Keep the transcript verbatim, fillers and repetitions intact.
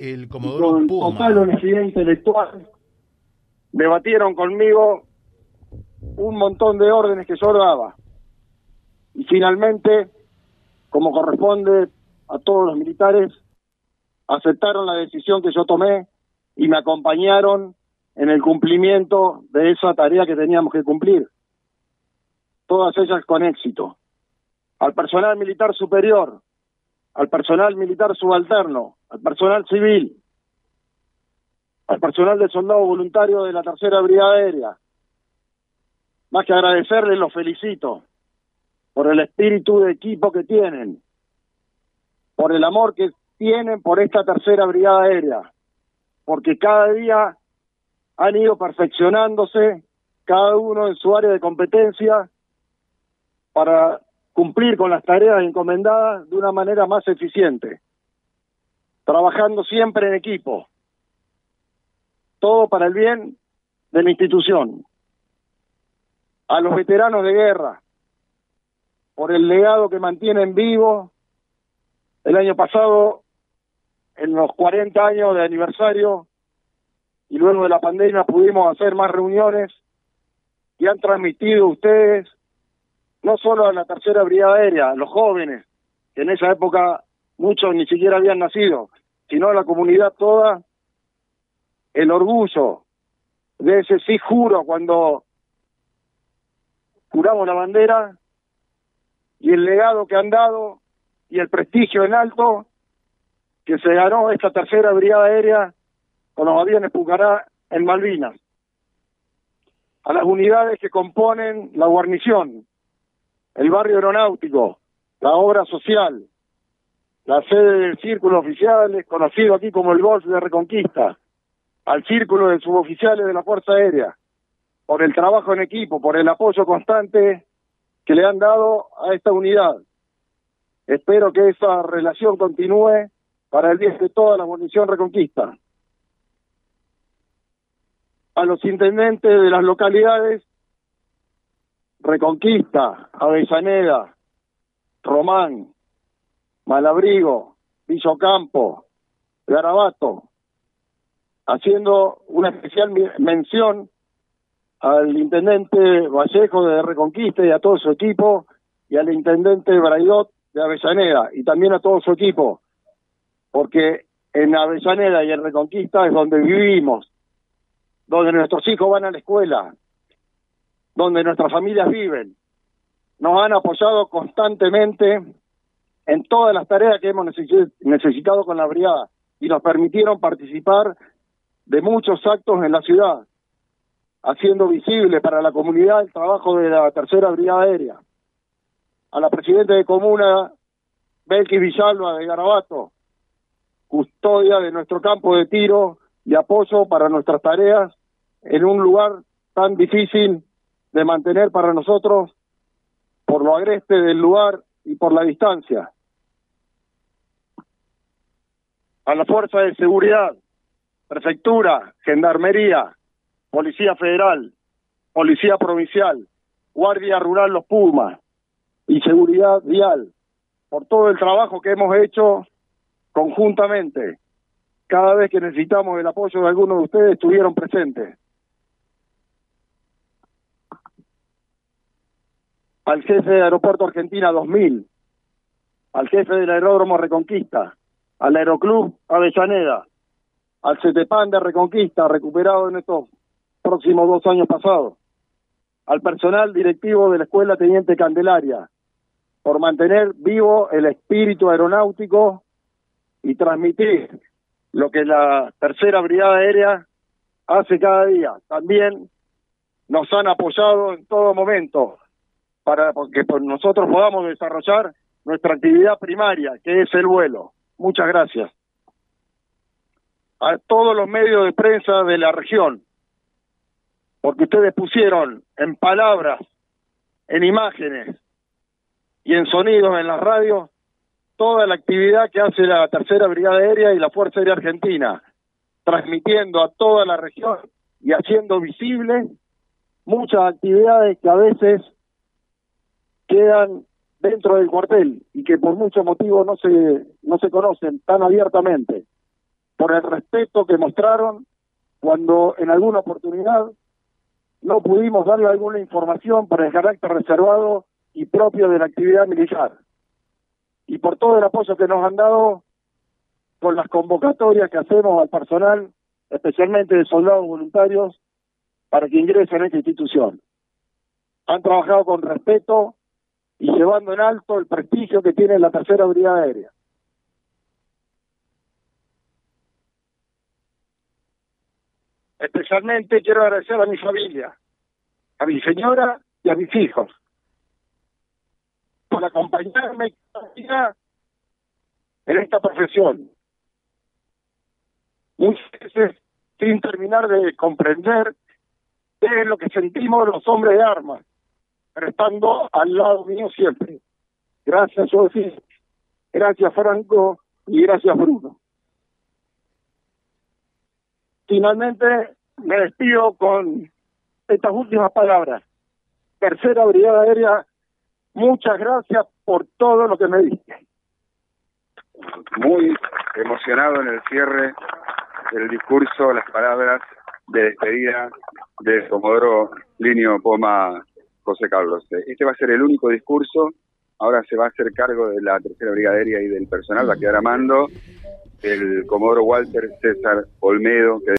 el comodoro con Puma. total honestidad intelectual, debatieron conmigo un montón de órdenes que yo daba. Y finalmente, como corresponde a todos los militares, aceptaron la decisión que yo tomé y me acompañaron en el cumplimiento de esa tarea que teníamos que cumplir. Todas ellas con éxito. Al personal militar superior, al personal militar subalterno, al personal civil, al personal de soldado voluntario de la Tercera Brigada Aérea. Más que agradecerles, los felicito por el espíritu de equipo que tienen, por el amor que tienen por esta Tercera Brigada Aérea, porque cada día han ido perfeccionándose, cada uno en su área de competencia, para cumplir con las tareas encomendadas de una manera más eficiente, trabajando siempre en equipo, todo para el bien de la institución. A los veteranos de guerra, por el legado que mantienen vivo. El año pasado, en los cuarenta años de aniversario, y luego de la pandemia pudimos hacer más reuniones, y han transmitido ustedes, no solo a la Tercera Brigada Aérea, a los jóvenes, que en esa época muchos ni siquiera habían nacido, sino a la comunidad toda, el orgullo de ese sí juro cuando juramos la bandera, y el legado que han dado, y el prestigio en alto que se ganó esta Tercera Brigada Aérea con los aviones Pucará en Malvinas. A las unidades que componen la guarnición, el barrio aeronáutico, la obra social, la sede del círculo de oficiales, conocido aquí como el Golf de Reconquista, al círculo de suboficiales de la Fuerza Aérea, por el trabajo en equipo, por el apoyo constante que le han dado a esta unidad. Espero que esa relación continúe para el bien de toda la guarnición Reconquista. A los intendentes de las localidades Reconquista, Avellaneda, Román, Malabrigo, Villa Ocampo, Garabato, haciendo una especial mención al intendente Vallejo de Reconquista y a todo su equipo, y al intendente Braidot de Avellaneda, y también a todo su equipo, porque en Avellaneda y en Reconquista es donde vivimos, donde nuestros hijos van a la escuela, donde nuestras familias viven. Nos han apoyado constantemente en todas las tareas que hemos necesitado con la brigada, y nos permitieron participar de muchos actos en la ciudad, haciendo visible para la comunidad el trabajo de la Tercera Brigada Aérea. A la presidenta de comuna, Belkis Villalba de Garabato, custodia de nuestro campo de tiro y apoyo para nuestras tareas en un lugar tan difícil de mantener para nosotros por lo agreste del lugar y por la distancia. A la Fuerza de Seguridad, Prefectura, Gendarmería, Policía Federal, Policía Provincial, Guardia Rural Los Pumas y Seguridad Vial, por todo el trabajo que hemos hecho conjuntamente. Cada vez que necesitamos el apoyo de alguno de ustedes estuvieron presentes. Al jefe de Aeropuerto Argentina dos mil, al jefe del Aeródromo Reconquista, al Aeroclub Avellaneda, al CETEPAN de Reconquista, recuperado en estos próximos dos años pasados, al personal directivo de la Escuela Teniente Candelaria, por mantener vivo el espíritu aeronáutico y transmitir lo que la Tercera Brigada Aérea hace cada día. También nos han apoyado en todo momento para que nosotros podamos desarrollar nuestra actividad primaria, que es el vuelo. Muchas gracias. A todos los medios de prensa de la región, porque ustedes pusieron en palabras, en imágenes y en sonidos en las radios toda la actividad que hace la Tercera Brigada Aérea y la Fuerza Aérea Argentina, transmitiendo a toda la región y haciendo visibles muchas actividades que a veces quedan dentro del cuartel y que por muchos motivos no se no se conocen tan abiertamente. Por por el respeto que mostraron cuando en alguna oportunidad no pudimos darle alguna información por el carácter reservado y propio de la actividad militar, y por todo el apoyo que nos han dado con las convocatorias que hacemos al personal, especialmente de soldados voluntarios, para que ingresen a esta institución. Han trabajado con respeto y llevando en alto el prestigio que tiene la Tercera Brigada Aérea. Especialmente quiero agradecer a mi familia, a mi señora y a mis hijos, por acompañarme cada día en esta profesión. Muchas veces sin terminar de comprender qué es lo que sentimos los hombres de armas, pero estando al lado mío siempre. Gracias, Sofi, gracias, Franco, y gracias, Bruno. Finalmente me despido con estas últimas palabras. Tercera Brigada Aérea, muchas gracias por todo lo que me diste. Muy emocionado en el cierre del discurso, las palabras de despedida del comodoro Linio Poma José Carlos. Este va a ser el único discurso. Ahora se va a hacer cargo de la Tercera Brigada Aérea y del personal, va a quedar a mando el comodoro Walter César Olmedo, que